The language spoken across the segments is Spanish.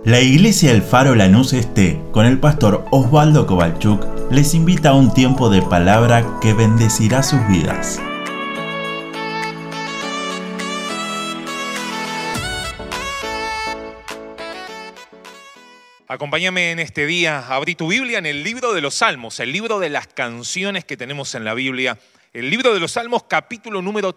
La Iglesia El Faro Lanús Este, con el pastor Osvaldo Kovalchuk, les invita a un tiempo de palabra que bendecirá sus vidas. Acompáñame en este día, abrí tu Biblia en el libro de los Salmos, el libro de las canciones que tenemos en la Biblia, el libro de los Salmos, capítulo número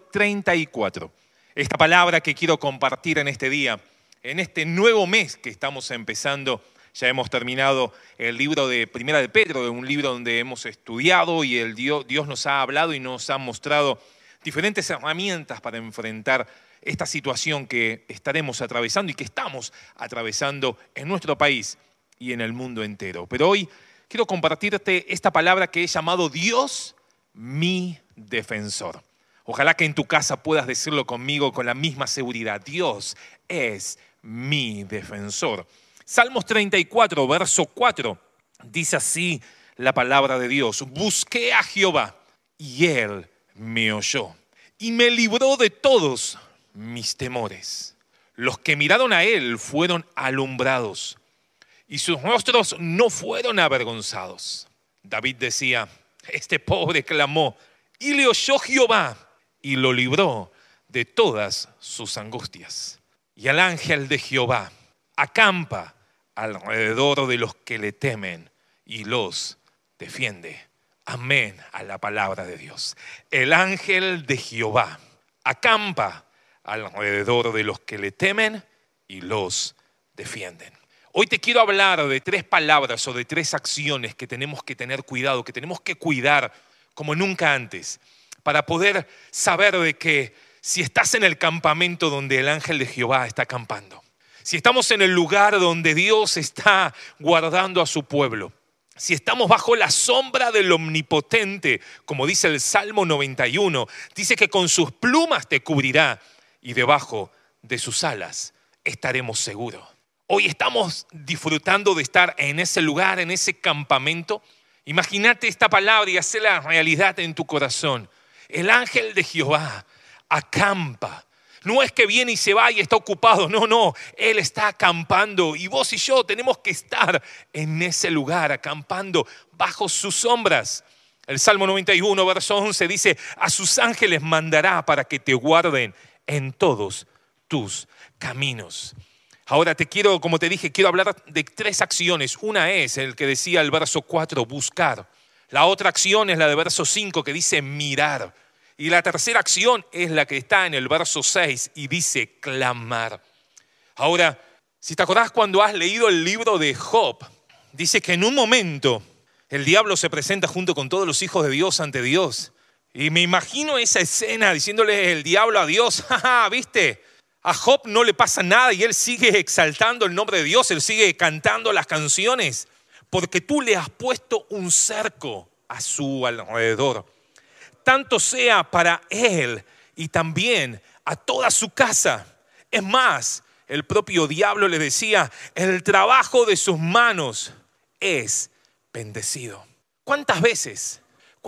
34. Esta palabra que quiero compartir en este día, en este nuevo mes que estamos empezando, ya hemos terminado el libro de Primera de Pedro, un libro donde hemos estudiado y Dios nos ha hablado y nos ha mostrado diferentes herramientas para enfrentar esta situación que estaremos atravesando y que estamos atravesando en nuestro país y en el mundo entero. Pero hoy quiero compartirte esta palabra que he llamado Dios, mi defensor. Ojalá que en tu casa puedas decirlo conmigo con la misma seguridad. Dios es mi defensor. Salmos 34, verso 4, dice así la palabra de Dios. Busqué a Jehová y Él me oyó y me libró de todos mis temores. Los que miraron a Él fueron alumbrados y sus rostros no fueron avergonzados. David decía, este pobre clamó y le oyó Jehová y lo libró de todas sus angustias. Y el ángel de Jehová acampa alrededor de los que le temen y los defiende. Amén a la palabra de Dios. El ángel de Jehová acampa alrededor de los que le temen y los defienden. Hoy te quiero hablar de 3 palabras o de 3 acciones que tenemos que tener cuidado, que tenemos que cuidar como nunca antes, para poder saber de que si estás en el campamento donde el ángel de Jehová está acampando, si estamos en el lugar donde Dios está guardando a su pueblo, si estamos bajo la sombra del Omnipotente, como dice el Salmo 91, dice que con sus plumas te cubrirá y debajo de sus alas estaremos seguros. Hoy estamos disfrutando de estar en ese lugar, en ese campamento. Imagínate esta palabra y hacerla realidad en tu corazón. El ángel de Jehová acampa. No es que viene y se va y está ocupado. No. Él está acampando. Y vos y yo tenemos que estar en ese lugar, acampando bajo sus sombras. El Salmo 91, verso 11 dice, a sus ángeles mandará para que te guarden en todos tus caminos. Ahora como te dije, quiero hablar de 3 acciones. Una es el que decía el verso 4, buscar. La otra acción es la de verso 5 que dice mirar. Y la tercera acción es la que está en el verso 6 y dice clamar. Ahora, si te acordás cuando has leído el libro de Job, dice que en un momento el diablo se presenta junto con todos los hijos de Dios ante Dios. Y me imagino esa escena diciéndole el diablo a Dios, jaja, ¿viste? A Job no le pasa nada y él sigue exaltando el nombre de Dios, él sigue cantando las canciones, porque tú le has puesto un cerco a su alrededor. Tanto sea para él y también a toda su casa. Es más, el propio diablo le decía, el trabajo de sus manos es bendecido. ¿Cuántas veces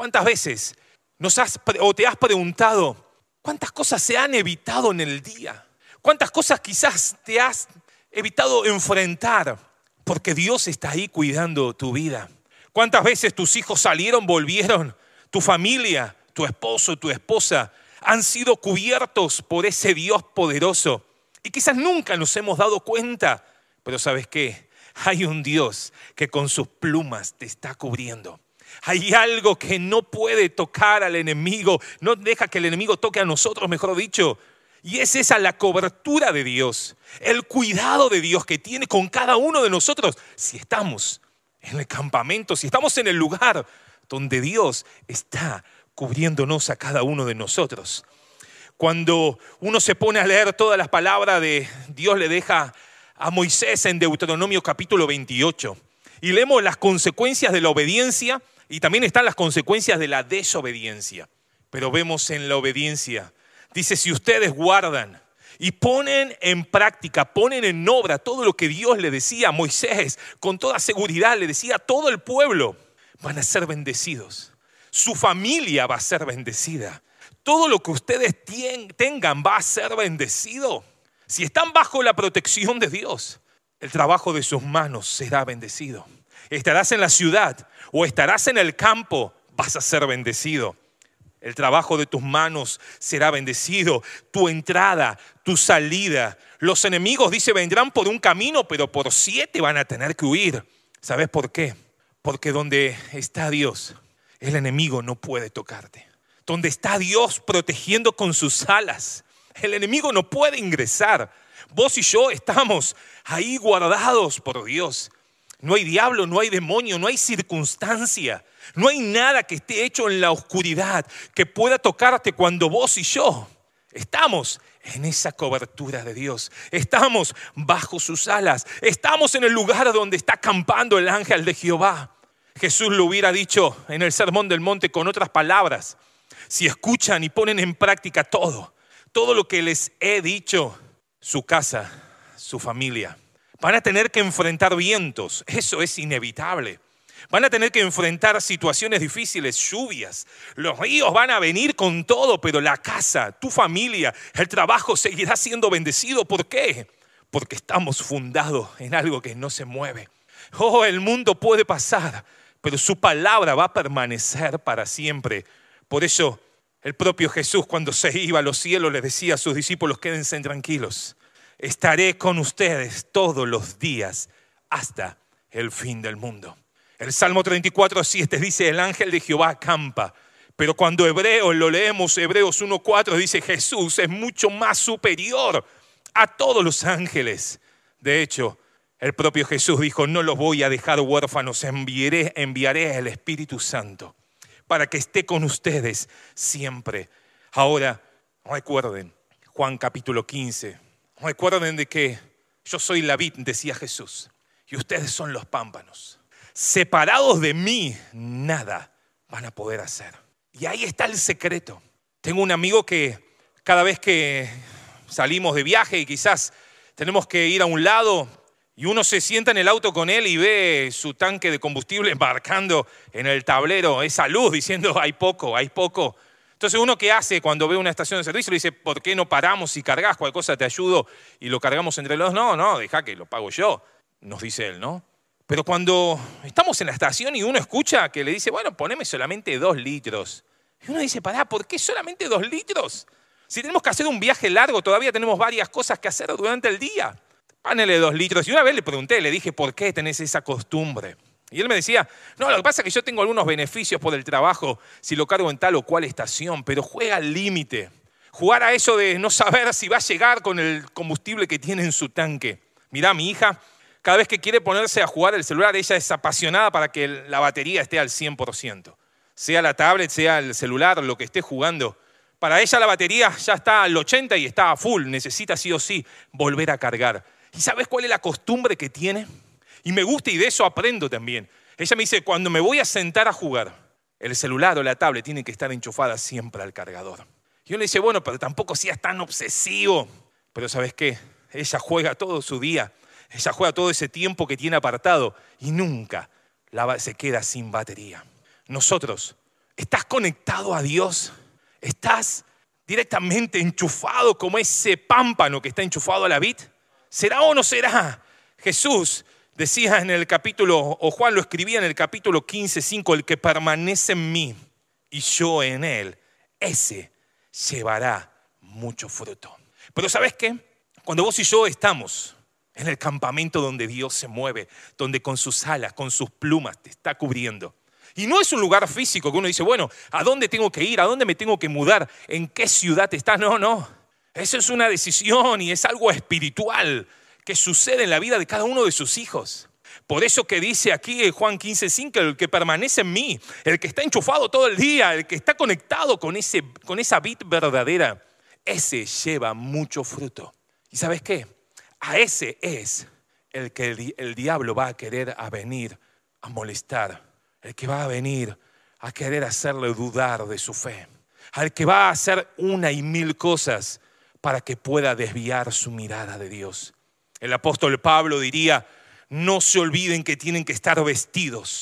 te has preguntado cuántas cosas se han evitado en el día? ¿Cuántas cosas quizás te has evitado enfrentar porque Dios está ahí cuidando tu vida? ¿Cuántas veces tus hijos salieron, volvieron, tu familia, tu esposo, tu esposa han sido cubiertos por ese Dios poderoso? Y quizás nunca nos hemos dado cuenta, pero ¿sabes qué? Hay un Dios que con sus plumas te está cubriendo. Hay algo que no puede tocar al enemigo, no deja que el enemigo toque a nosotros, mejor dicho. Y es esa la cobertura de Dios, el cuidado de Dios que tiene con cada uno de nosotros. Si estamos en el campamento, si estamos en el lugar donde Dios está cubriéndonos a cada uno de nosotros. Cuando uno se pone a leer todas las palabras de Dios le deja a Moisés en Deuteronomio capítulo 28 y leemos las consecuencias de la obediencia y también están las consecuencias de la desobediencia. Pero vemos en la obediencia, dice, si ustedes guardan y ponen en práctica, ponen en obra todo lo que Dios le decía a Moisés, con toda seguridad le decía a todo el pueblo, van a ser bendecidos. Su familia va a ser bendecida. Todo lo que ustedes tengan va a ser bendecido. Si están bajo la protección de Dios, El trabajo de sus manos será bendecido. Estarás en la ciudad o estarás en el campo, vas a ser bendecido. El trabajo de tus manos será bendecido. Tu entrada, tu salida. Los enemigos, dice, vendrán por un camino, pero por 7 van a tener que huir. ¿Sabes por qué? Porque donde está Dios, el enemigo no puede tocarte. Donde está Dios protegiendo con sus alas, el enemigo no puede ingresar. Vos y yo estamos ahí guardados por Dios. No hay diablo, no hay demonio, no hay circunstancia. No hay nada que esté hecho en la oscuridad que pueda tocarte cuando vos y yo estamos en esa cobertura de Dios. Estamos bajo sus alas. Estamos en el lugar donde está acampando el ángel de Jehová. Jesús lo hubiera dicho en el Sermón del Monte con otras palabras. Si escuchan y ponen en práctica todo lo que les he dicho, su casa, su familia, van a tener que enfrentar vientos. Eso es inevitable. Van a tener que enfrentar situaciones difíciles, lluvias. Los ríos van a venir con todo, pero la casa, tu familia, el trabajo seguirá siendo bendecido. ¿Por qué? Porque estamos fundados en algo que no se mueve. Oh, el mundo puede pasar, pero su palabra va a permanecer para siempre. Por eso, el propio Jesús, cuando se iba a los cielos, les decía a sus discípulos: quédense tranquilos. Estaré con ustedes todos los días hasta el fin del mundo. El Salmo 34:7 dice: el ángel de Jehová acampa. Pero cuando lo leemos, Hebreos 1:4, dice: Jesús es mucho más superior a todos los ángeles. De hecho, el propio Jesús dijo: no los voy a dejar huérfanos, enviaré el Espíritu Santo para que esté con ustedes siempre. Ahora, recuerden, Juan capítulo 15, recuerden de que yo soy la vid, decía Jesús, y ustedes son los pámpanos. Separados de mí, nada van a poder hacer. Y ahí está el secreto. Tengo un amigo que cada vez que salimos de viaje y quizás tenemos que ir a un lado y uno se sienta en el auto con él y ve su tanque de combustible marcando en el tablero esa luz diciendo: hay poco, hay poco. Entonces, ¿uno qué hace cuando ve una estación de servicio? Le dice: ¿por qué no paramos y cargas? Cualquier cosa te ayudo y lo cargamos entre los dos. No, deja que lo pago yo, nos dice él, ¿no? Pero cuando estamos en la estación y uno escucha que le dice: bueno, poneme solamente 2 litros. Y uno dice: pará, ¿por qué solamente 2 litros? Si tenemos que hacer un viaje largo, todavía tenemos varias cosas que hacer durante el día. Pónele 2 litros. Y una vez le pregunté, le dije: ¿por qué tenés esa costumbre? Y él me decía: no, lo que pasa es que yo tengo algunos beneficios por el trabajo si lo cargo en tal o cual estación, pero juega al límite. Jugar a eso de no saber si va a llegar con el combustible que tiene en su tanque. Mirá, mi hija, cada vez que quiere ponerse a jugar el celular, ella es apasionada para que la batería esté al 100%. Sea la tablet, sea el celular, lo que esté jugando. Para ella la batería ya está al 80 y está a full. Necesita sí o sí volver a cargar. ¿Y sabes cuál es la costumbre que tiene? Y me gusta y de eso aprendo también. Ella me dice: cuando me voy a sentar a jugar, el celular o la tablet tiene que estar enchufada siempre al cargador. Y yo le dice: bueno, pero tampoco seas tan obsesivo. Pero ¿sabes qué? Ella juega todo su día. Ella juega todo ese tiempo que tiene apartado y nunca se queda sin batería. Nosotros, ¿estás conectado a Dios? ¿Estás directamente enchufado como ese pámpano que está enchufado a la vid? ¿Será o no será? Jesús decía en el capítulo, o Juan lo escribía en el capítulo 15:5, el que permanece en mí y yo en él, ese llevará mucho fruto. Pero ¿sabes qué? Cuando vos y yo estamos en el campamento donde Dios se mueve, donde con sus alas, con sus plumas te está cubriendo. Y no es un lugar físico que uno dice: bueno, ¿a dónde tengo que ir? ¿A dónde me tengo que mudar? ¿En qué ciudad está? No. Eso es una decisión y es algo espiritual que sucede en la vida de cada uno de sus hijos. Por eso que dice aquí en Juan 15:5, el que permanece en mí, el que está enchufado todo el día, el que está conectado con esa vid verdadera, ese lleva mucho fruto. ¿Y sabes qué? A ese es el que el diablo va a querer venir a molestar, el que va a venir a querer hacerle dudar de su fe, al que va a hacer 1 y 1000 cosas para que pueda desviar su mirada de Dios. El apóstol Pablo diría: no se olviden que tienen que estar vestidos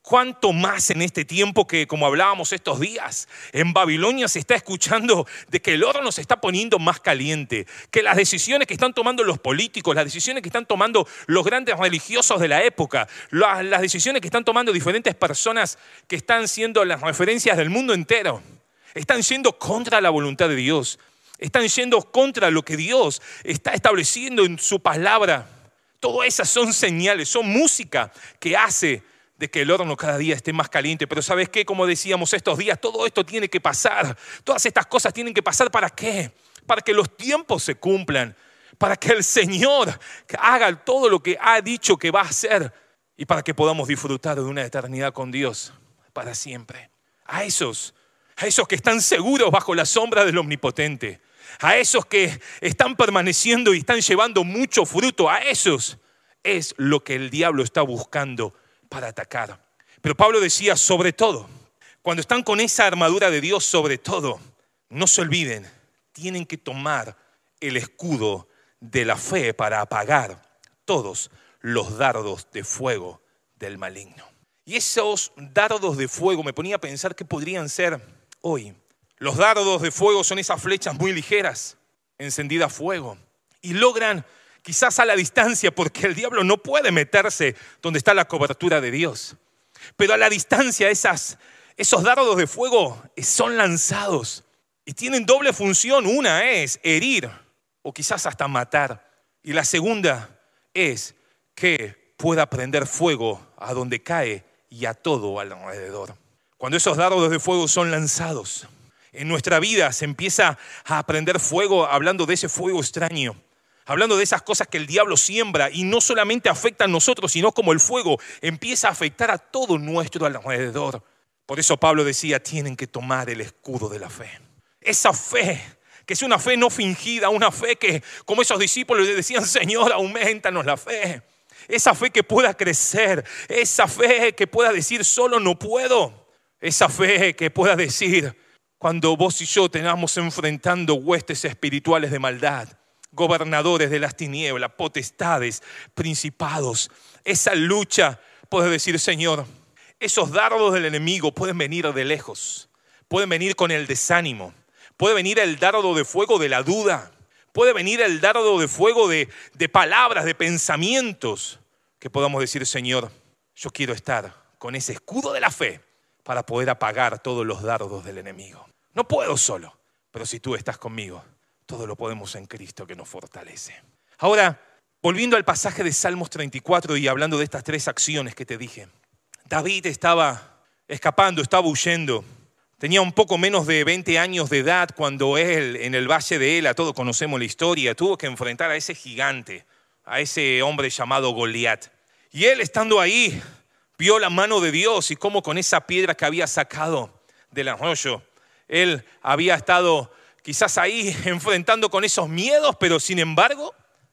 ¿Cuánto más en este tiempo que, como hablábamos estos días, en Babilonia se está escuchando de que el horno se está poniendo más caliente, que las decisiones que están tomando los políticos, las decisiones que están tomando los grandes religiosos de la época, las decisiones que están tomando diferentes personas que están siendo las referencias del mundo entero, están yendo contra la voluntad de Dios, están yendo contra lo que Dios está estableciendo en su palabra? Todas esas son señales, son música que hace de que el horno cada día esté más caliente. Pero ¿sabes qué? Como decíamos estos días, todo esto tiene que pasar. Todas estas cosas tienen que pasar, ¿para qué? Para que los tiempos se cumplan, para que el Señor haga todo lo que ha dicho que va a hacer y para que podamos disfrutar de una eternidad con Dios para siempre. A esos que están seguros bajo la sombra del Omnipotente, a esos que están permaneciendo y están llevando mucho fruto, a esos es lo que el diablo está buscando para atacar. Pero Pablo decía, sobre todo, cuando están con esa armadura de Dios, sobre todo, no se olviden, tienen que tomar el escudo de la fe para apagar todos los dardos de fuego del maligno. Y esos dardos de fuego me ponía a pensar qué podrían ser hoy. Los dardos de fuego son esas flechas muy ligeras, encendidas a fuego, y logran quizás a la distancia, porque el diablo no puede meterse donde está la cobertura de Dios. Pero a la distancia esos dardos de fuego son lanzados y tienen doble función. Una es herir o quizás hasta matar. Y la segunda es que pueda prender fuego a donde cae y a todo alrededor. Cuando esos dardos de fuego son lanzados, en nuestra vida se empieza a prender fuego, hablando de ese fuego extraño. Hablando de esas cosas que el diablo siembra y no solamente afecta a nosotros, sino como el fuego empieza a afectar a todo nuestro alrededor. Por eso Pablo decía, tienen que tomar el escudo de la fe. Esa fe, que es una fe no fingida, una fe que, como esos discípulos le decían, Señor, aumentanos la fe. Esa fe que pueda crecer, esa fe que pueda decir, solo no puedo. Esa fe que pueda decir, cuando vos y yo tengamos enfrentando huestes espirituales de maldad, gobernadores de las tinieblas, potestades, principados. Esa lucha, puedes decir, Señor, esos dardos del enemigo pueden venir de lejos, pueden venir con el desánimo, puede venir el dardo de fuego de la duda, puede venir el dardo de fuego de palabras, de pensamientos, que podamos decir, Señor, yo quiero estar con ese escudo de la fe para poder apagar todos los dardos del enemigo. No puedo solo, pero si tú estás conmigo, todo lo podemos en Cristo que nos fortalece. Ahora, volviendo al pasaje de Salmos 34 y hablando de estas tres acciones que te dije. David estaba escapando, estaba huyendo. Tenía un poco menos de 20 años de edad cuando él, en el valle de Ela, todos conocemos la historia, tuvo que enfrentar a ese gigante, a ese hombre llamado Goliat. Y él, estando ahí, vio la mano de Dios y cómo con esa piedra que había sacado del arroyo, él había estado quizás ahí enfrentando con esos miedos, pero sin embargo,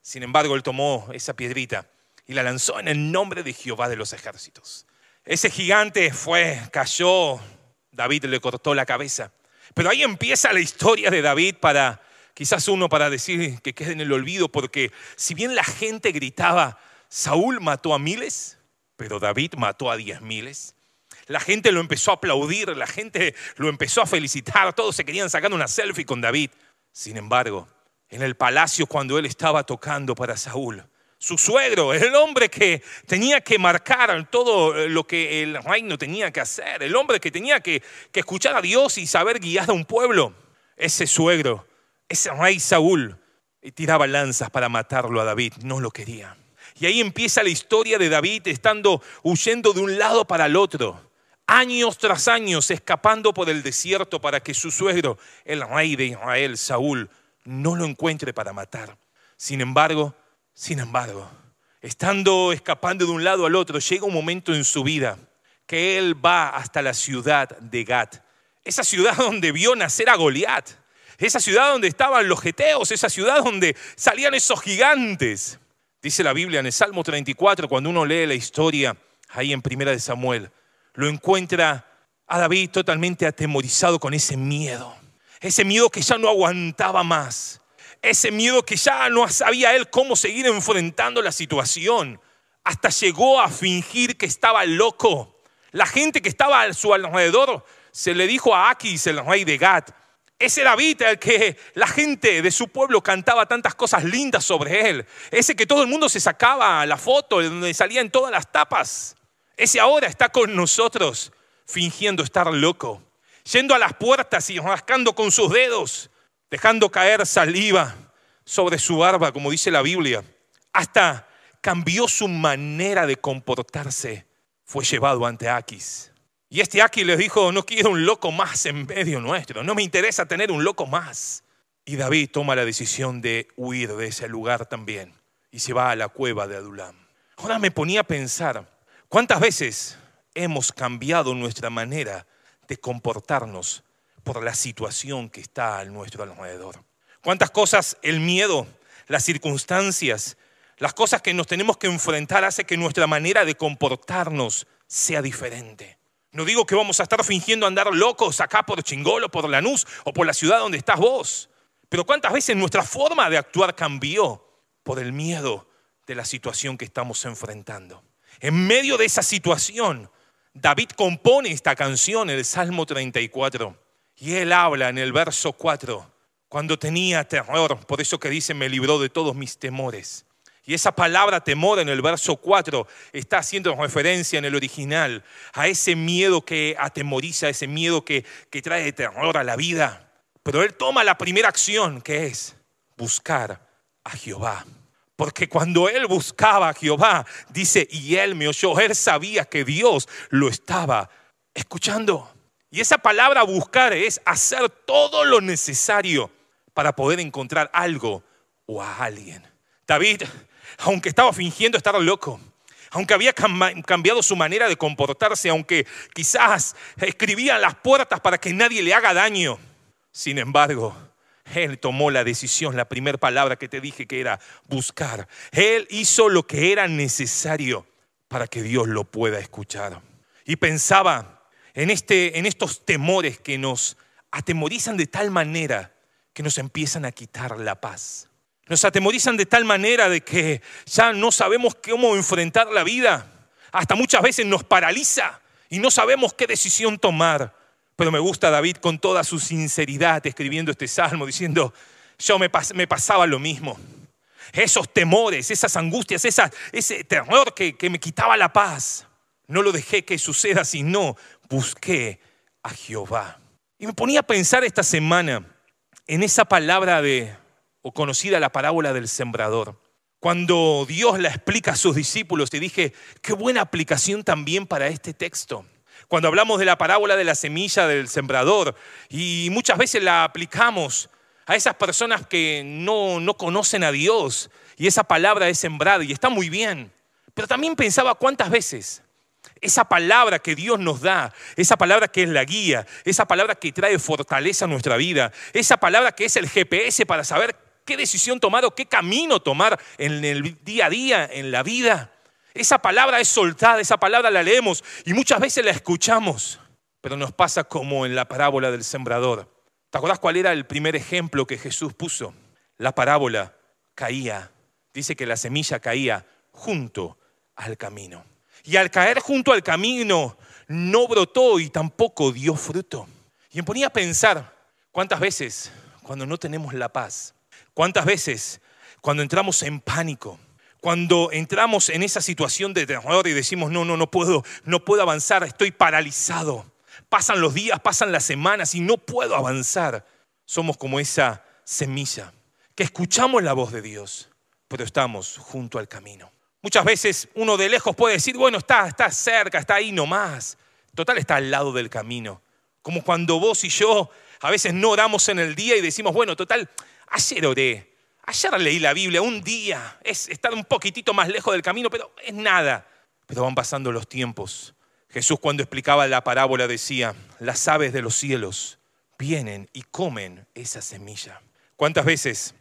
él tomó esa piedrita y la lanzó en el nombre de Jehová de los ejércitos. Ese gigante cayó, David le cortó la cabeza. Pero ahí empieza la historia de David para decir que quede en el olvido, porque si bien la gente gritaba, Saúl mató a miles, pero David mató a 10,000. La gente lo empezó a aplaudir, la gente lo empezó a felicitar, todos se querían sacar una selfie con David. Sin embargo, en el palacio cuando él estaba tocando para Saúl, su suegro, el hombre que tenía que marcar todo lo que el reino tenía que hacer, el hombre que tenía que escuchar a Dios y saber guiar a un pueblo, ese suegro, ese rey Saúl, tiraba lanzas para matarlo a David, no lo quería. Y ahí empieza la historia de David estando huyendo de un lado para el otro. Años tras años escapando por el desierto para que su suegro, el rey de Israel, Saúl, no lo encuentre para matar. Sin embargo, estando escapando de un lado al otro, llega un momento en su vida que él va hasta la ciudad de Gat. Esa ciudad donde vio nacer a Goliat. Esa ciudad donde estaban los geteos. Esa ciudad donde salían esos gigantes. Dice la Biblia en el Salmo 34, cuando uno lee la historia ahí en Primera de Samuel, lo encuentra a David totalmente atemorizado con ese miedo que ya no aguantaba más, ese miedo que ya no sabía él cómo seguir enfrentando la situación. Hasta llegó a fingir que estaba loco La gente que estaba a su alrededor se le dijo a Aquis, el rey de Gat, ese David al que la gente de su pueblo cantaba tantas cosas lindas sobre él, ese que todo el mundo se sacaba la foto donde salía en todas las tapas, ese ahora está con nosotros fingiendo estar loco, yendo a las puertas y rascando con sus dedos, dejando caer saliva sobre su barba, como dice la Biblia. Hasta cambió su manera de comportarse. Fue llevado ante Aquis. Y este Aquis les dijo, no quiero un loco más en medio nuestro. No me interesa tener un loco más. Y David toma la decisión de huir de ese lugar también. Y se va a la cueva de Adulam. Ahora me ponía a pensar, ¿cuántas veces hemos cambiado nuestra manera de comportarnos por la situación que está a nuestro alrededor? ¿Cuántas cosas el miedo, las circunstancias, las cosas que nos tenemos que enfrentar hace que nuestra manera de comportarnos sea diferente? No digo que vamos a estar fingiendo andar locos acá por Chingolo, por Lanús o por la ciudad donde estás vos. Pero ¿cuántas veces nuestra forma de actuar cambió por el miedo de la situación que estamos enfrentando? En medio de esa situación, David compone esta canción, el Salmo 34. Y él habla en el verso 4, cuando tenía terror, por eso que dice, me libró de todos mis temores. Y esa palabra temor en el verso 4 está haciendo referencia en el original a ese miedo que atemoriza, ese miedo que trae terror a la vida. Pero él toma la primera acción, que es buscar a Jehová. Porque cuando él buscaba a Jehová, dice, y él me oyó, él sabía que Dios lo estaba escuchando. Y esa palabra buscar es hacer todo lo necesario para poder encontrar algo o a alguien. David, aunque estaba fingiendo estar loco, aunque había cambiado su manera de comportarse, aunque quizás escribía en las puertas para que nadie le haga daño, sin embargo, él tomó la decisión, la primera palabra que te dije que era buscar. Él hizo lo que era necesario para que Dios lo pueda escuchar. Y pensaba en estos temores que nos atemorizan de tal manera que nos empiezan a quitar la paz. Nos atemorizan de tal manera de que ya no sabemos cómo enfrentar la vida. Hasta muchas veces nos paraliza y no sabemos qué decisión tomar. Pero me gusta David con toda su sinceridad escribiendo este salmo diciendo, yo me pasaba lo mismo. Esos temores, esas angustias, ese terror que me quitaba la paz. No lo dejé que suceda, sino busqué a Jehová. Y me ponía a pensar esta semana en esa palabra o conocida la parábola del sembrador. Cuando Dios la explica a sus discípulos, te dije, qué buena aplicación también para este texto. Cuando hablamos de la parábola de la semilla del sembrador, y muchas veces la aplicamos a esas personas que no conocen a Dios, y esa palabra es sembrada, y está muy bien. Pero también pensaba cuántas veces esa palabra que Dios nos da, esa palabra que es la guía, esa palabra que trae fortaleza a nuestra vida, esa palabra que es el GPS para saber qué decisión tomar o qué camino tomar en el día a día, en la vida. Esa palabra es soltada, esa palabra la leemos y muchas veces la escuchamos, pero nos pasa como en la parábola del sembrador. ¿Te acordás cuál era el primer ejemplo que Jesús puso? La parábola caía, dice que la semilla caía junto al camino. Y al caer junto al camino no brotó y tampoco dio fruto. Y me ponía a pensar, ¿cuántas veces cuando no tenemos la paz? ¿Cuántas veces cuando entramos en pánico? Cuando entramos en esa situación de terror y decimos, no puedo avanzar, estoy paralizado. Pasan los días, pasan las semanas y no puedo avanzar. Somos como esa semilla que escuchamos la voz de Dios, pero estamos junto al camino. Muchas veces uno de lejos puede decir, bueno, está cerca, está ahí nomás. Total, está al lado del camino. Como cuando vos y yo a veces no oramos en el día y decimos, bueno, total, ayer oré, ayer leí la Biblia, un día es estar un poquitito más lejos del camino, pero es nada. Pero van pasando los tiempos. Jesús cuando explicaba la parábola decía, las aves de los cielos vienen y comen esa semilla. ¿Cuántas veces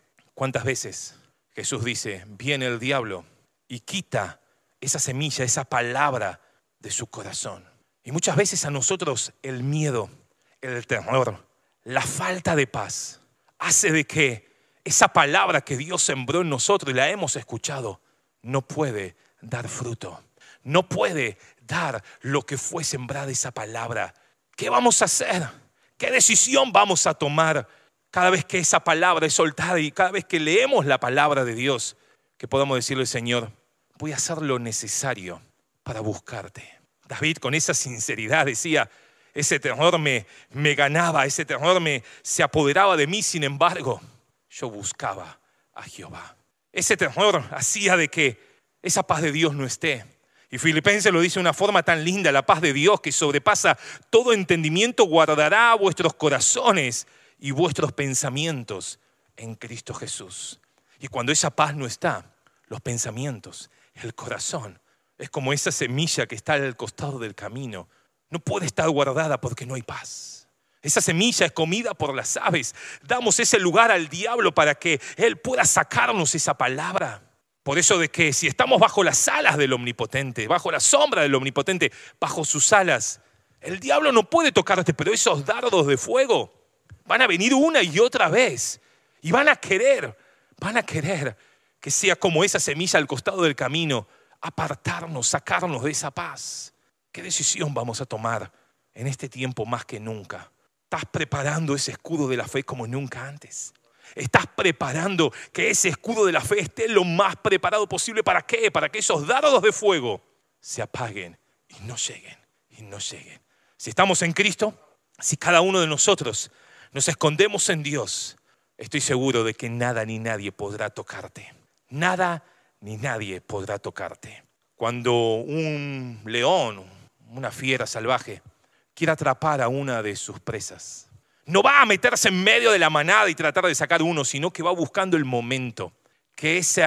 Jesús dice, viene el diablo y quita esa semilla, esa palabra de su corazón? Y muchas veces a nosotros el miedo, el terror, la falta de paz hace de que esa palabra que Dios sembró en nosotros y la hemos escuchado no puede dar fruto, no puede soltar lo que fue sembrada esa palabra. ¿Qué vamos a hacer? ¿Qué decisión vamos a tomar cada vez que esa palabra es soltada y cada vez que leemos la palabra de Dios? Que podamos decirle, Señor, voy a hacer lo necesario para buscarte. David con esa sinceridad decía, ese terror me ganaba, ese terror se apoderaba de mí, sin embargo, yo buscaba a Jehová. Ese terror hacía de que esa paz de Dios no esté. Y Filipenses lo dice de una forma tan linda, la paz de Dios que sobrepasa todo entendimiento guardará vuestros corazones y vuestros pensamientos en Cristo Jesús. Y cuando esa paz no está, los pensamientos, el corazón, es como esa semilla que está al costado del camino. No puede estar guardada porque no hay paz. Esa semilla es comida por las aves. Damos ese lugar al diablo para que él pueda sacarnos esa palabra. Por eso de que si estamos bajo las alas del Omnipotente, bajo la sombra del Omnipotente, bajo sus alas, el diablo no puede tocarte, pero esos dardos de fuego van a venir una y otra vez. Y van a querer que sea como esa semilla al costado del camino, apartarnos, sacarnos de esa paz. ¿Qué decisión vamos a tomar en este tiempo más que nunca? ¿Estás preparando ese escudo de la fe como nunca antes? ¿Estás preparando que ese escudo de la fe esté lo más preparado posible? ¿Para qué? Para que esos dardos de fuego se apaguen y no lleguen. Si estamos en Cristo, si cada uno de nosotros nos escondemos en Dios, estoy seguro de que nada ni nadie podrá tocarte. Nada ni nadie podrá tocarte. Cuando un león, una fiera salvaje, quiere atrapar a una de sus presas, no va a meterse en medio de la manada y tratar de sacar uno, sino que va buscando el momento que ese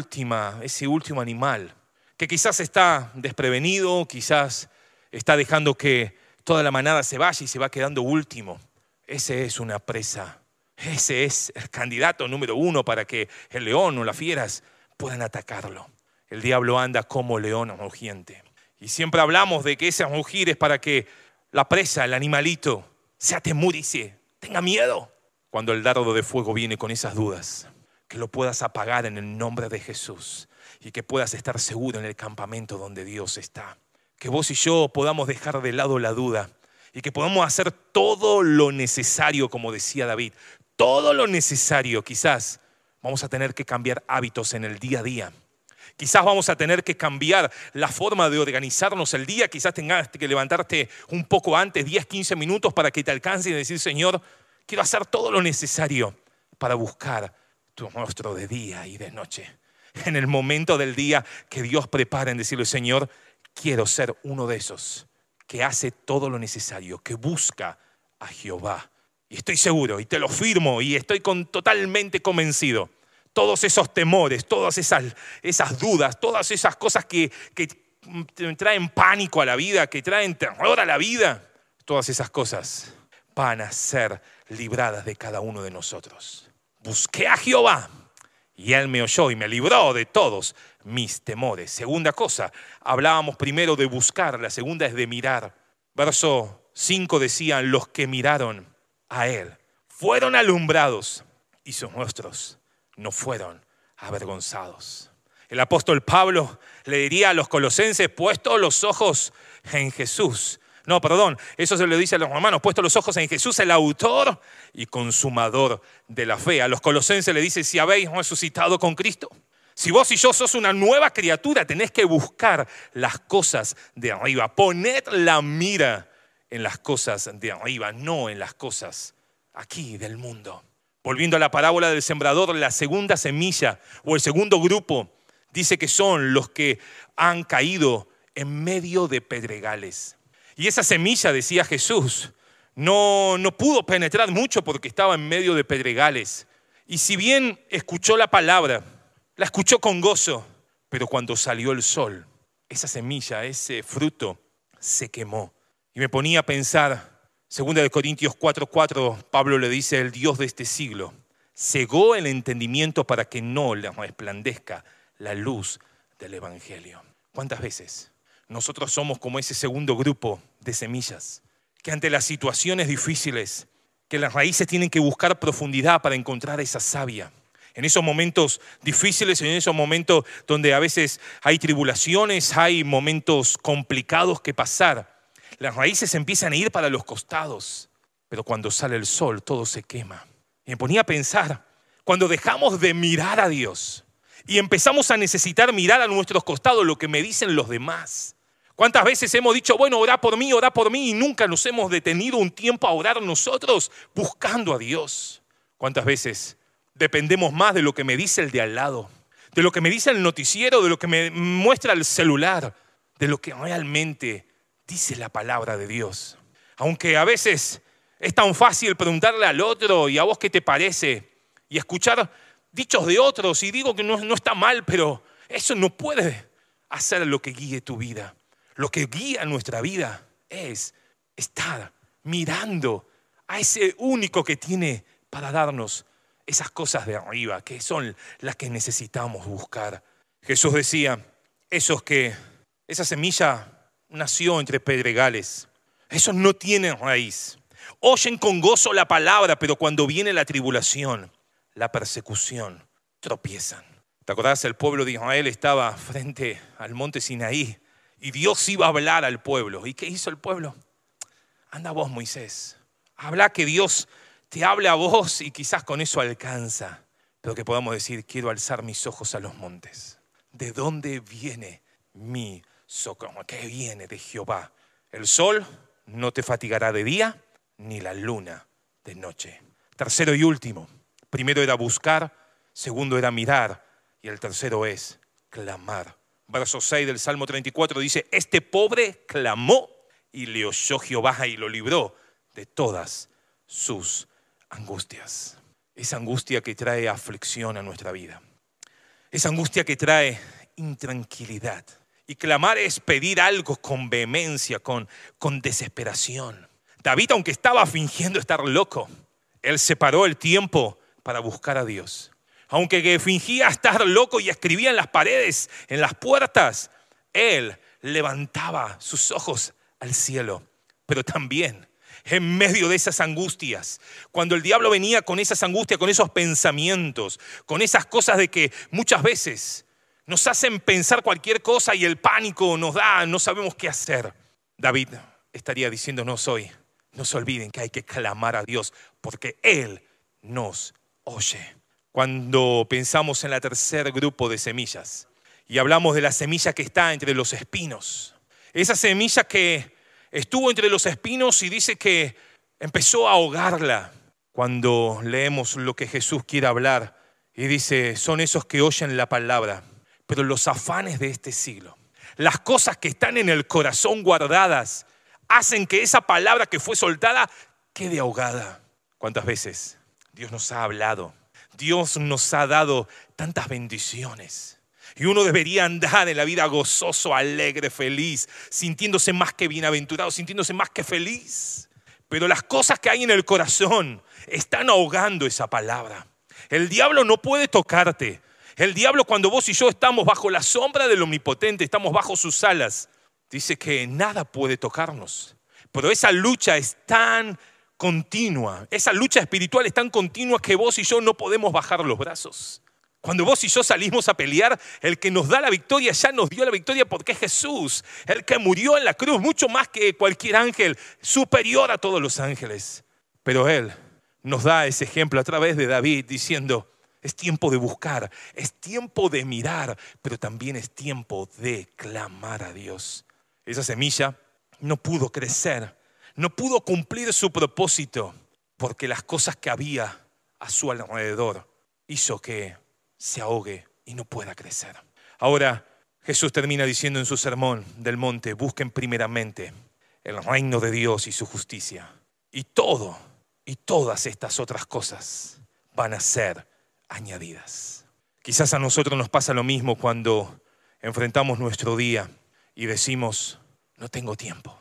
último animal, que quizás está desprevenido, quizás está dejando que toda la manada se vaya y se va quedando último. Ese es una presa. Ese es el candidato número uno para que el león o las fieras puedan atacarlo. El diablo anda como león rugiente. Y siempre hablamos de que ese rugir es para que la presa, el animalito, se atemorice, tenga miedo. Cuando el dardo de fuego viene con esas dudas, que lo puedas apagar en el nombre de Jesús y que puedas estar seguro en el campamento donde Dios está. Que vos y yo podamos dejar de lado la duda y que podamos hacer todo lo necesario, como decía David, todo lo necesario. Quizás vamos a tener que cambiar hábitos en el día a día. Quizás vamos a tener que cambiar la forma de organizarnos el día. Quizás tengas que levantarte un poco antes, 10, 15 minutos para que te alcance y decir, Señor, quiero hacer todo lo necesario para buscar tu rostro de día y de noche. En el momento del día que Dios prepara en decirle, Señor, quiero ser uno de esos que hace todo lo necesario, que busca a Jehová. Y estoy seguro, y te lo firmo, y estoy totalmente convencido. Todos esos temores, todas esas dudas, todas esas cosas que traen pánico a la vida, que traen terror a la vida, todas esas cosas van a ser libradas de cada uno de nosotros. Busqué a Jehová y Él me oyó y me libró de todos mis temores. Segunda cosa, hablábamos primero de buscar, la segunda es de mirar. Verso 5 decía, los que miraron a Él fueron alumbrados y sus rostros no fueron avergonzados. El apóstol Pablo le diría a los colosenses, puesto los ojos en Jesús. No, perdón, eso se le dice a los romanos, puesto los ojos en Jesús, el autor y consumador de la fe. A los colosenses le dice, si habéis resucitado con Cristo, si vos y yo sos una nueva criatura, tenés que buscar las cosas de arriba. Poned la mira en las cosas de arriba, no en las cosas aquí del mundo. Volviendo a la parábola del sembrador, la segunda semilla o el segundo grupo dice que son los que han caído en medio de pedregales. Y esa semilla, decía Jesús, no pudo penetrar mucho porque estaba en medio de pedregales. Y si bien escuchó la palabra, la escuchó con gozo, pero cuando salió el sol, esa semilla, ese fruto, se quemó. Y me ponía a pensar, 2 Corintios 4:4, Pablo le dice, el Dios de este siglo cegó el entendimiento para que no le resplandezca la luz del Evangelio. ¿Cuántas veces nosotros somos como ese segundo grupo de semillas que ante las situaciones difíciles, que las raíces tienen que buscar profundidad para encontrar esa savia? En esos momentos difíciles, en esos momentos donde a veces hay tribulaciones, hay momentos complicados que pasar, las raíces empiezan a ir para los costados, pero cuando sale el sol todo se quema. Y me ponía a pensar, cuando dejamos de mirar a Dios y empezamos a necesitar mirar a nuestros costados lo que me dicen los demás. ¿Cuántas veces hemos dicho, bueno, orá por mí, y nunca nos hemos detenido un tiempo a orar nosotros buscando a Dios? ¿Cuántas veces dependemos más de lo que me dice el de al lado, de lo que me dice el noticiero, de lo que me muestra el celular, de lo que realmente dice la palabra de Dios? Aunque a veces es tan fácil preguntarle al otro, ¿y a vos qué te parece? Y escuchar dichos de otros, y digo que no está mal, pero eso no puede hacer lo que guíe tu vida. Lo que guía nuestra vida es estar mirando a ese único que tiene para darnos esas cosas de arriba, que son las que necesitamos buscar. Jesús decía, esa semilla nació entre pedregales. Esos no tienen raíz. Oyen con gozo la palabra, pero cuando viene la tribulación, la persecución, tropiezan. ¿Te acordás? El pueblo de Israel estaba frente al monte Sinaí y Dios iba a hablar al pueblo. ¿Y qué hizo el pueblo? Anda vos, Moisés. Habla, que Dios te hable a vos y quizás con eso alcanza. Pero que podamos decir, quiero alzar mis ojos a los montes. ¿De dónde viene mi socorro? ¿Qué viene de Jehová? El sol no te fatigará de día, ni la luna de noche. Tercero y último. Primero era buscar, segundo era mirar, y el tercero es clamar. Verso 6 del Salmo 34 dice, este pobre clamó y le oyó Jehová y lo libró de todas sus angustias. Esa angustia que trae aflicción a nuestra vida. Esa angustia que trae intranquilidad. Y clamar es pedir algo con vehemencia, con desesperación. David, aunque estaba fingiendo estar loco, él separó el tiempo para buscar a Dios. Aunque fingía estar loco y escribía en las paredes, en las puertas, él levantaba sus ojos al cielo. Pero también en medio de esas angustias, cuando el diablo venía con esas angustias, con esos pensamientos, con esas cosas de que muchas veces nos hacen pensar cualquier cosa y el pánico nos da, no sabemos qué hacer. David estaría diciéndonos hoy, no se olviden que hay que clamar a Dios porque Él nos oye. Cuando pensamos en el tercer grupo de semillas y hablamos de la semilla que está entre los espinos, esa semilla que estuvo entre los espinos y dice que empezó a ahogarla. Cuando leemos lo que Jesús quiere hablar y dice, son esos que oyen la palabra, pero los afanes de este siglo, las cosas que están en el corazón guardadas, hacen que esa palabra que fue soltada quede ahogada. ¿Cuántas veces Dios nos ha hablado? Dios nos ha dado tantas bendiciones. Y uno debería andar en la vida gozoso, alegre, feliz, sintiéndose más que bienaventurado, sintiéndose más que feliz. Pero las cosas que hay en el corazón están ahogando esa palabra. El diablo no puede tocarte. El diablo, cuando vos y yo estamos bajo la sombra del Omnipotente, estamos bajo sus alas, dice que nada puede tocarnos. Pero esa lucha es tan continua, esa lucha espiritual es tan continua que vos y yo no podemos bajar los brazos. Cuando vos y yo salimos a pelear, el que nos da la victoria ya nos dio la victoria porque es Jesús, el que murió en la cruz, mucho más que cualquier ángel, superior a todos los ángeles. Pero Él nos da ese ejemplo a través de David diciendo, es tiempo de buscar, es tiempo de mirar, pero también es tiempo de clamar a Dios. Esa semilla no pudo crecer, no pudo cumplir su propósito porque las cosas que había a su alrededor hizo que se ahogue y no pueda crecer. Ahora Jesús termina diciendo en su sermón del monte, busquen primeramente el reino de Dios y su justicia. Y todas estas otras cosas van a ser añadidas. Quizás a nosotros nos pasa lo mismo cuando enfrentamos nuestro día y decimos, no tengo tiempo.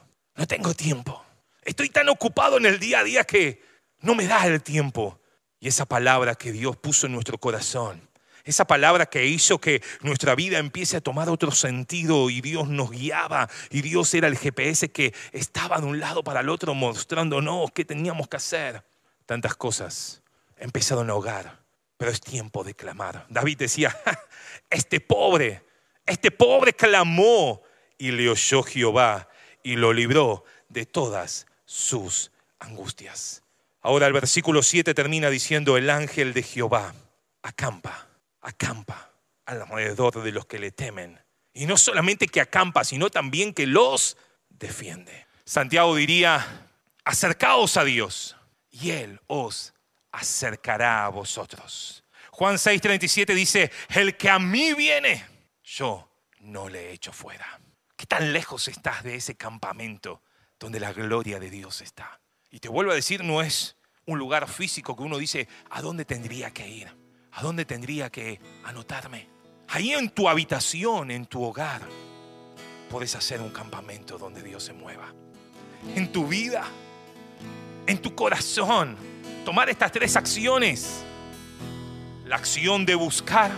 Estoy tan ocupado en el día a día que no me da el tiempo. Y esa palabra que Dios puso en nuestro corazón, esa palabra que hizo que nuestra vida empiece a tomar otro sentido y Dios nos guiaba y Dios era el GPS que estaba de un lado para el otro mostrándonos qué teníamos que hacer. Tantas cosas empezaron a ahogar pero es tiempo de clamar. David decía, este pobre clamó y le oyó Jehová y lo libró de todas sus angustias. Ahora el versículo 7 termina diciendo, el ángel de Jehová acampa alrededor de los que le temen. Y no solamente que acampa, sino también que los defiende. Santiago diría, acercaos a Dios y Él os acercará a vosotros. Juan 6:37 dice, el que a mí viene, yo no le echo fuera. ¿Qué tan lejos estás de ese campamento donde la gloria de Dios está? Y te vuelvo a decir, no es un lugar físico que uno dice, ¿a dónde tendría que ir? ¿A dónde tendría que anotarme? Ahí en tu habitación, en tu hogar, puedes hacer un campamento donde Dios se mueva. En tu vida, en tu corazón, tomar estas 3 acciones. La acción de buscar,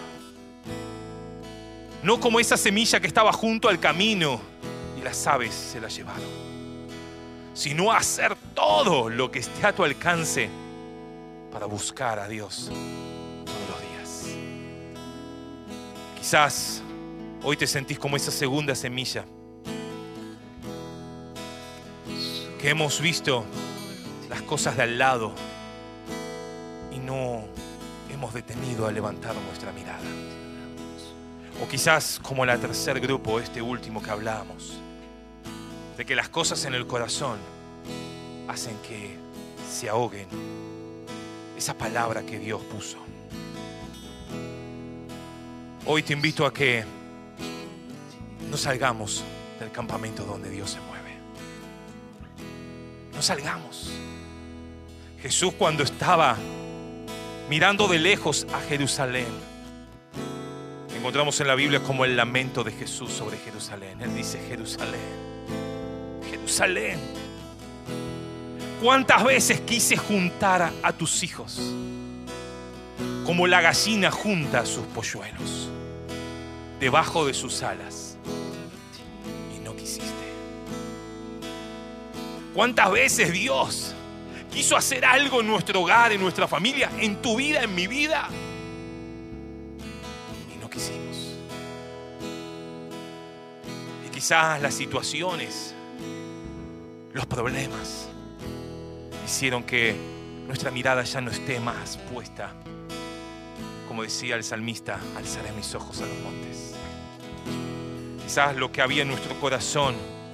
no como esa semilla que estaba junto al camino y las aves se la llevaron, sino hacer todo lo que esté a tu alcance para buscar a Dios todos los días. Quizás hoy te sentís como esa segunda semilla que hemos visto las cosas de al lado y no hemos detenido a levantar nuestra mirada. O quizás como la tercer grupo, este último que hablábamos, de que las cosas en el corazón hacen que se ahoguen esa palabra que Dios puso. Hoy te invito a que no salgamos del campamento donde Dios se mueve. No salgamos. Jesús, cuando estaba mirando de lejos a Jerusalén, encontramos en la Biblia como el lamento de Jesús sobre Jerusalén. Él dice, Jerusalén, Jerusalén, ¿cuántas veces quise juntar a tus hijos como la gallina junta a sus polluelos debajo de sus alas, y no quisiste? ¿Cuántas veces Dios quiso hacer algo en nuestro hogar, en nuestra familia, en tu vida, en mi vida, y no quisimos? Y quizás las situaciones, los problemas hicieron que nuestra mirada ya no esté más puesta, como decía el salmista, alzaré mis ojos a los montes. Quizás lo que había en nuestro corazón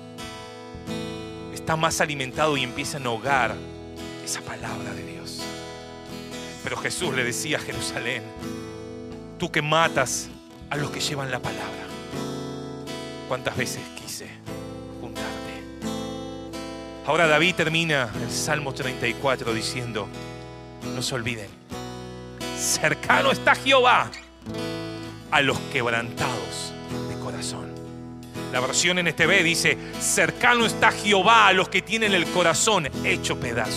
está más alimentado y empieza a ahogar esa palabra de Dios. Pero Jesús le decía a Jerusalén, tú que matas a los que llevan la palabra, ¿cuántas veces quise juntarte? Ahora David termina el Salmo 34 diciendo, no se olviden, cercano está Jehová a los quebrantados de corazón. La versión NTV dice, cercano está Jehová a los que tienen el corazón hecho pedazos.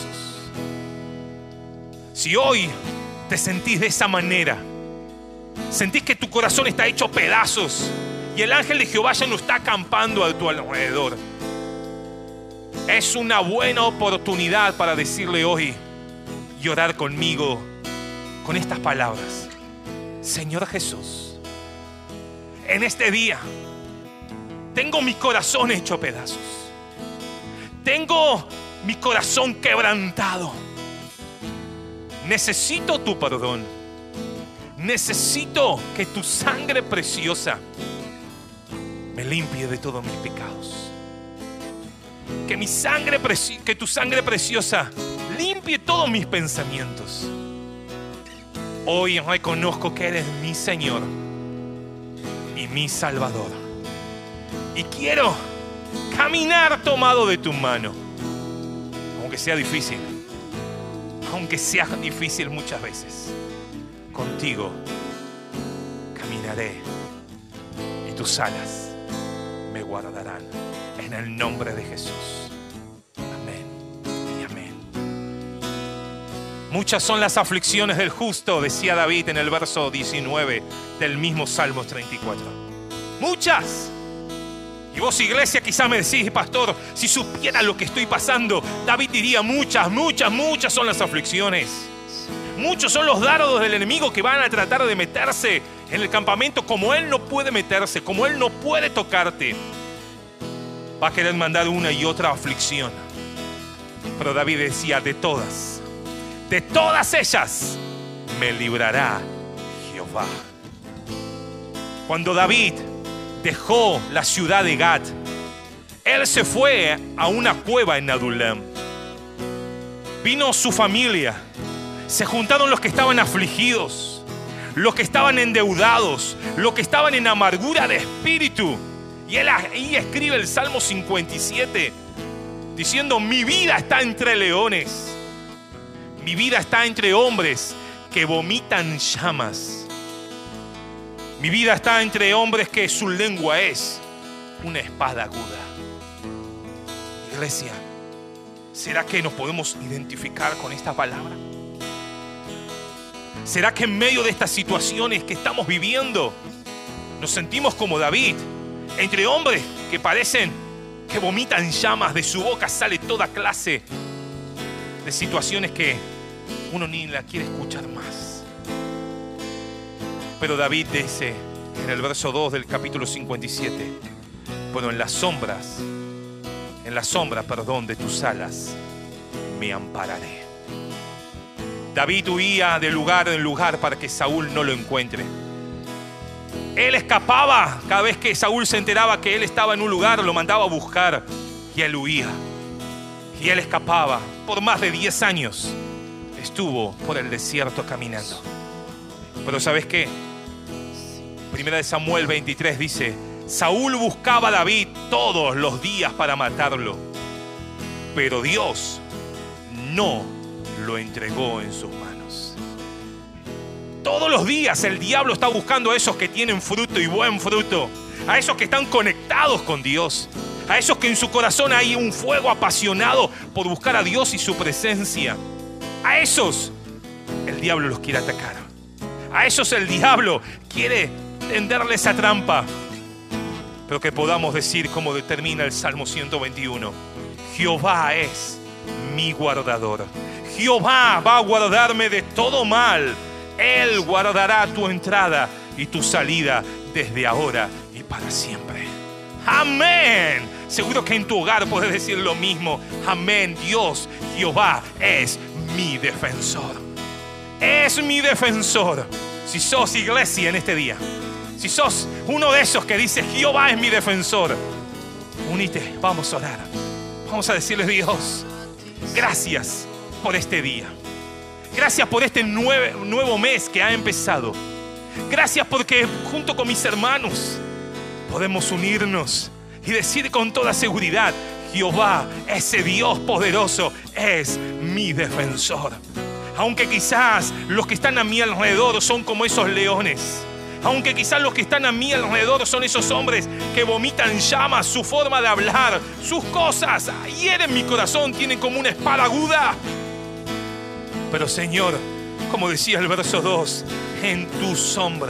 Si hoy te sentís de esa manera, sentís que tu corazón está hecho pedazos y el ángel de Jehová ya no está acampando a tu alrededor, es una buena oportunidad para decirle hoy y orar conmigo con estas palabras. Señor Jesús, en este día tengo mi corazón hecho pedazos. Tengo mi corazón quebrantado. Necesito tu perdón. Necesito que tu sangre preciosa me limpie de todos mis pecados. Que tu sangre preciosa limpie todos mis pensamientos. Hoy reconozco que eres mi Señor y mi Salvador. Y quiero caminar tomado de tu mano. Aunque sea difícil muchas veces, contigo caminaré y tus alas me guardarán. En el nombre de Jesús. Amén y amén. Muchas son las aflicciones del justo, decía David en el verso 19 del mismo Salmo 34. Muchas. Y vos, iglesia, quizás me decís, pastor, si supiera lo que estoy pasando, David diría, muchas son las aflicciones. Muchos son los dardos del enemigo que van a tratar de meterse en el campamento. Como él no puede meterse, como él no puede tocarte, va a querer mandar una y otra aflicción. Pero David decía, de todas ellas me librará Jehová. Cuando David dejó la ciudad de Gat, él se fue a una cueva en Adulam. Vino su familia, se juntaron los que estaban afligidos, los que estaban endeudados, los que estaban en amargura de espíritu. Y él ahí escribe el Salmo 57, diciendo, mi vida está entre leones, mi vida está entre hombres que vomitan llamas. Mi vida está entre hombres que su lengua es una espada aguda. Iglesia, ¿será que nos podemos identificar con esta palabra? ¿Será que en medio de estas situaciones que estamos viviendo nos sentimos como David, entre hombres que parecen que vomitan llamas, de su boca sale toda clase de situaciones que uno ni la quiere escuchar más? Pero David dice en el verso 2 del capítulo 57, pero en la sombra, de tus alas me ampararé. David huía de lugar en lugar para que Saúl no lo encuentre. Él escapaba cada vez que Saúl se enteraba que él estaba en un lugar, lo mandaba a buscar y él huía. Y él escapaba. Por más de 10 años estuvo por el desierto caminando. Pero ¿sabes qué? Primera de Samuel 23 dice, Saúl buscaba a David todos los días para matarlo, pero Dios no lo entregó en sus manos. Todos los días el diablo está buscando a esos que tienen fruto y buen fruto, a esos que están conectados con Dios, a esos que en su corazón hay un fuego apasionado por buscar a Dios y su presencia. A esos el diablo los quiere atacar. A esos el diablo quiere tenderle esa trampa. Pero que podamos decir, como determina el Salmo 121, Jehová es mi guardador. Jehová va a guardarme de todo mal. Él guardará tu entrada y tu salida desde ahora y para siempre. Amén. Seguro que en tu hogar puedes decir lo mismo. Amén. Dios, Jehová es mi defensor. Es mi defensor. Si sos iglesia en este día, si sos uno de esos que dice Jehová es mi defensor, unite, vamos a orar. Vamos a decirle, Dios, gracias por este día. Gracias por este nuevo mes que ha empezado. Gracias porque junto con mis hermanos podemos unirnos y decir con toda seguridad, Jehová, ese Dios poderoso, es mi defensor. Aunque quizás los que están a mi alrededor son como esos leones, aunque quizás los que están a mi alrededor son esos hombres que vomitan llamas, su forma de hablar, sus cosas hieren mi corazón, tienen como una espada aguda. Pero Señor, como decía el verso 2, en tu sombra,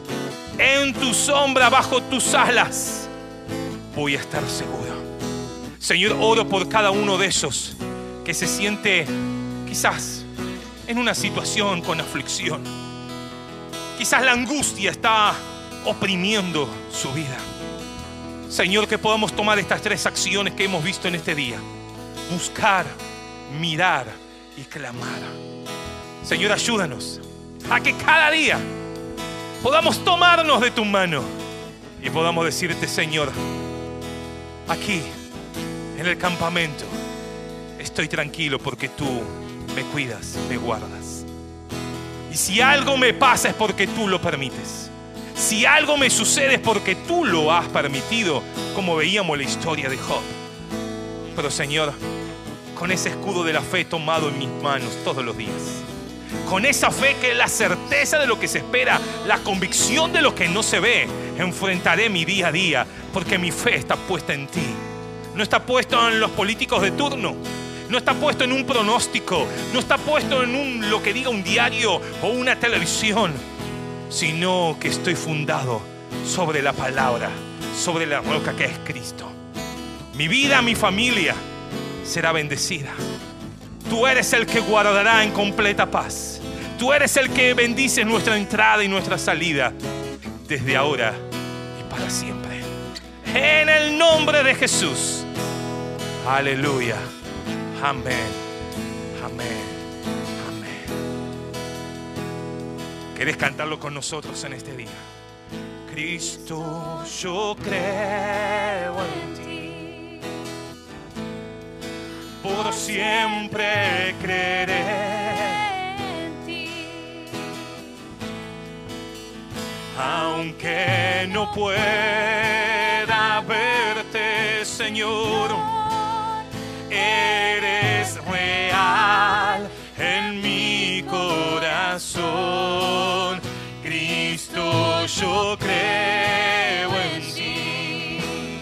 bajo tus alas, voy a estar seguro. Señor, oro por cada uno de esos que se siente quizás en una situación con aflicción. Quizás la angustia está oprimiendo su vida. Señor, que podamos tomar estas 3 acciones que hemos visto en este día: buscar, mirar y clamar. Señor, ayúdanos a que cada día podamos tomarnos de tu mano y podamos decirte, Señor, aquí en el campamento estoy tranquilo porque tú me cuidas, me guardas. Y si algo me pasa es porque tú lo permites. Si algo me sucede es porque tú lo has permitido, como veíamos la historia de Job. Pero Señor, con ese escudo de la fe tomado en mis manos todos los días, con esa fe que es la certeza de lo que se espera, la convicción de lo que no se ve, enfrentaré mi día a día, porque mi fe está puesta en ti. No está puesto en los políticos de turno, no está puesto en un pronóstico, no está puesto en lo que diga un diario o una televisión, sino que estoy fundado sobre la palabra, sobre la roca que es Cristo. Mi vida, mi familia será bendecida. Tú eres el que guardará en completa paz. Tú Tú eres el que bendices nuestra entrada y nuestra salida, desde ahora y para siempre. En el nombre de Jesús. Aleluya. Amén. Amén. Amén. ¿Querés cantarlo con nosotros en este día? Cristo, yo creo en ti. Por siempre creeré en ti. Aunque no pueda verte, Señor, eres real en mi corazón. Cristo, yo creo en ti.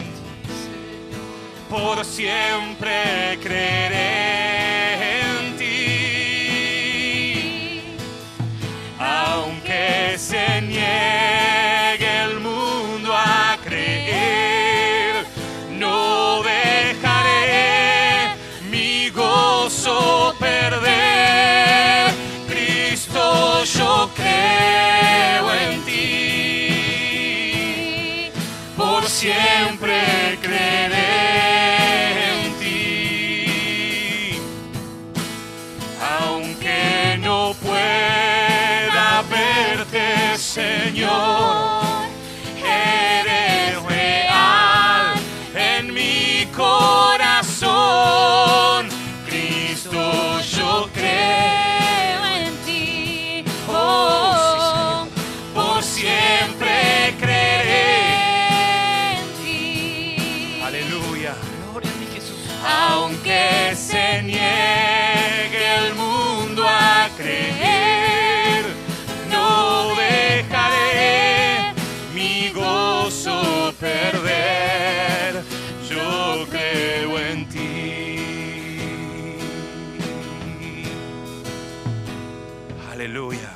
Por siempre creeré en ti. Aunque se niegue el mundo a creer, no dejaré mi gozo perder. Cristo, yo creo en ti. Por siempre creeré en ti. Aunque no pueda verte, Señor, eres real en mi corazón. Cristo, yo creo en ti. Oh, por siempre creeré en ti. Aleluya. Gloria a ti, Jesús. Aunque se niegue el mundo a creer, no dejaré mi gozo perder. Yo creo en ti. Aleluya.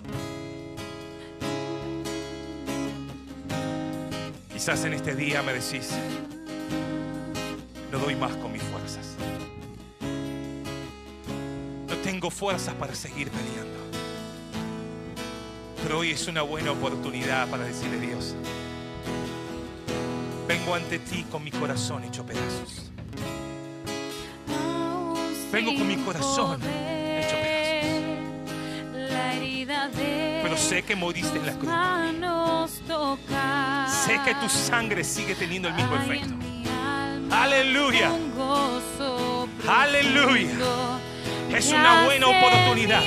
Quizás en este día me decís, no doy más con mis fuerzas. No tengo fuerzas para seguir peleando. Pero hoy es una buena oportunidad para decirle: Dios, vengo ante ti con mi corazón hecho pedazos. Vengo con mi corazón hecho pedazos. Pero sé que moriste en la cruz. Sé que tu sangre sigue teniendo el mismo efecto. Aleluya. Aleluya. Es una buena oportunidad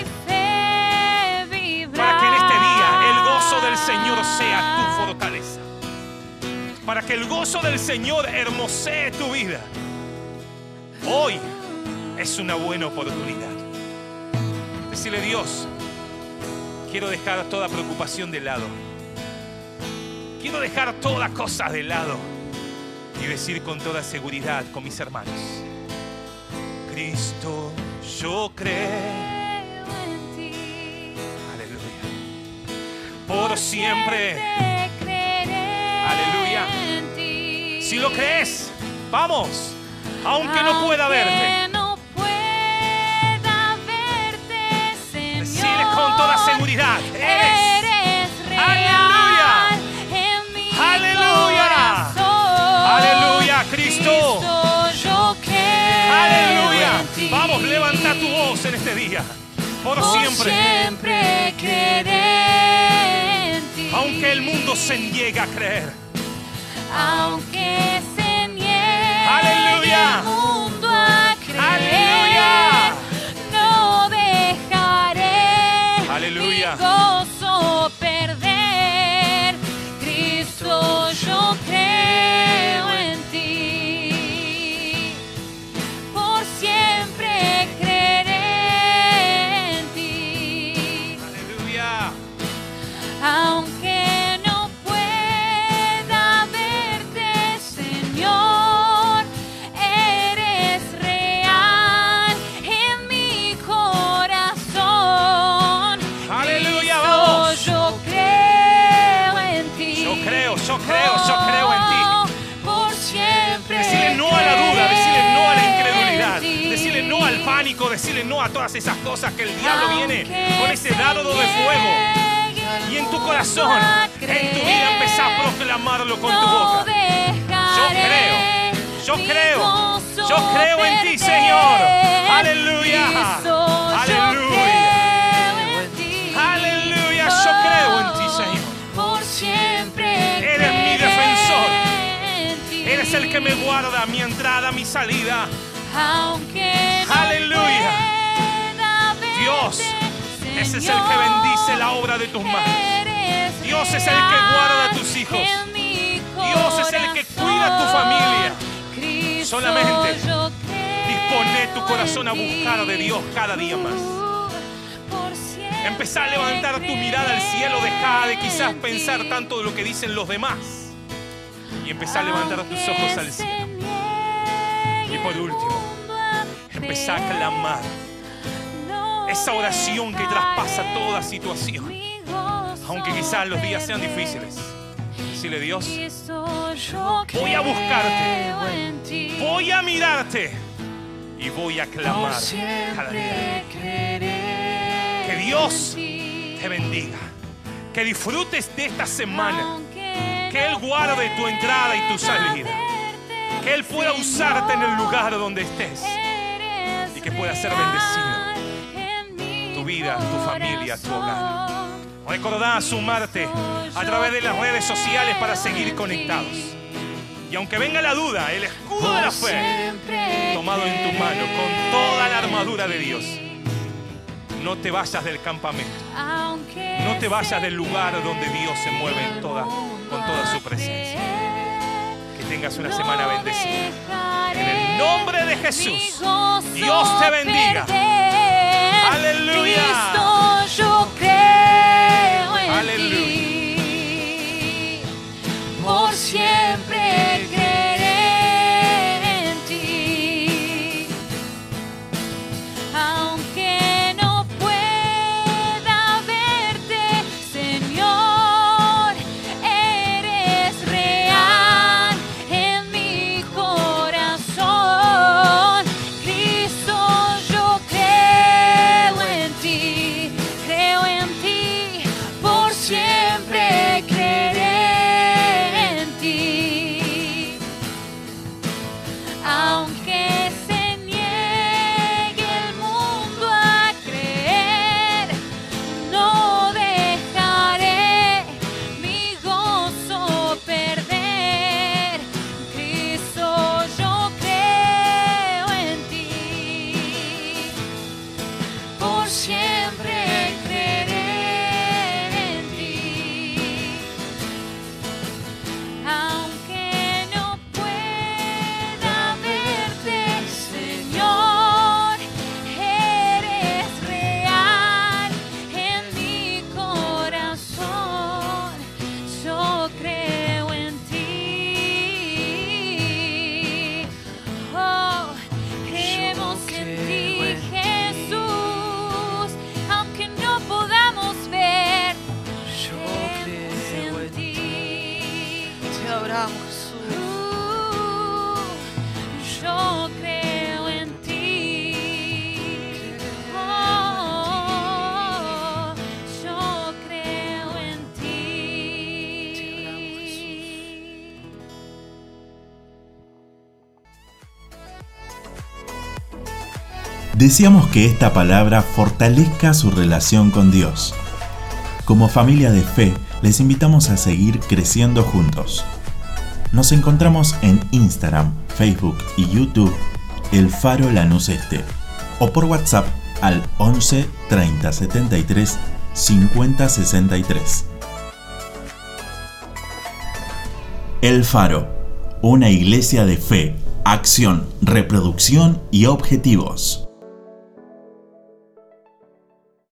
para que en este día el gozo del Señor sea tu fortaleza. Para que el gozo del Señor hermosee tu vida. Hoy es una buena oportunidad. Decirle: Dios, quiero dejar toda preocupación de lado. Quiero dejar toda cosa de lado y decir con toda seguridad con mis hermanos: Cristo, yo creo en ti. Aleluya. Por siempre. Aleluya. Si lo crees, vamos. Aunque no pueda verte. Decile con toda seguridad: eres real. Aleluya. Aleluya. Aleluya, Cristo. Aleluya. Vamos, levanta tu voz en este día. Por siempre creeré en ti. Aunque el mundo se niegue a creer. Aunque se niegue Aleluya. el mundo a creer. Aleluya. No dejaré Aleluya. mi gozo perder. Cristo, yo creo en ti. Por siempre creeré en ti. Aleluya. Aunque no pueda verte, Señor, eres real en mi corazón. Aleluya, Cristo, vamos. yo creo en ti. Yo creo en ti. Por siempre. Decirle no a la duda, decirle no a la incredulidad, creeré en ti. decirle no al pánico. pánico, decirle no a todas esas cosas que el diablo viene con ese dardo de fuego. Y en tu corazón, en tu vida, empezá a proclamarlo con tu boca. Yo creo en ti, Señor. Aleluya. Aleluya. Aleluya, yo creo en ti, Señor. Eres mi defensor. Eres el que me guarda mi entrada, mi salida. Aleluya. Dios, ese es el que bendice la obra de tus manos. Dios es el que guarda a tus hijos. Dios es el que cuida a tu familia. Solamente dispone tu corazón a buscar de Dios cada día más. Empezá a levantar tu mirada al cielo. Deja de quizás pensar tanto de lo que dicen los demás. Y empezá a levantar tus ojos al cielo. Y por último, empezá a clamar esa oración que traspasa toda situación. Aunque quizás los días sean difíciles. Decirle, Dios, voy a buscarte, voy a mirarte y voy a clamar cada día. Que Dios te bendiga, que disfrutes de esta semana, que Él guarde tu entrada y tu salida, que Él pueda usarte en el lugar donde estés y que pueda ser bendecido tu vida, tu familia, tu hogar. Recordá sumarte a través de las redes sociales para seguir conectados. Y aunque venga la duda, el escudo de la fe tomado en tu mano con toda la armadura de Dios. No te vayas del campamento. No te vayas del lugar donde Dios se mueve con toda su presencia. Que tengas una semana bendecida. En el nombre de Jesús, Dios te bendiga. Aleluya. Yo creo en Aleluya. ti, por siempre creeré en ti, aunque no pueda verte, Señor, eres real en mi corazón. Cristo, yo creo en ti, por siempre creeré en ti. Aunque se niegue el mundo a creer, no dejaré mi gozo perder. Cristo, yo creo en ti, por siempre creeré en ti. Aunque no pueda verte, Señor, eres real en mi corazón. Yo creo en ti. Oh, creemos en ti, Jesús, aunque no podamos ver. Creemos en ti. Te adoramos, Jesús. Yo creo en ti. Oh, yo creo en ti. Deseamos que esta palabra fortalezca su relación con Dios. Como familia de fe, les invitamos a seguir creciendo juntos. Nos encontramos en Instagram, Facebook y YouTube, El Faro Lanús Este, o por WhatsApp al 11 30 73 50 63. El Faro, una iglesia de fe, acción, reproducción y objetivos.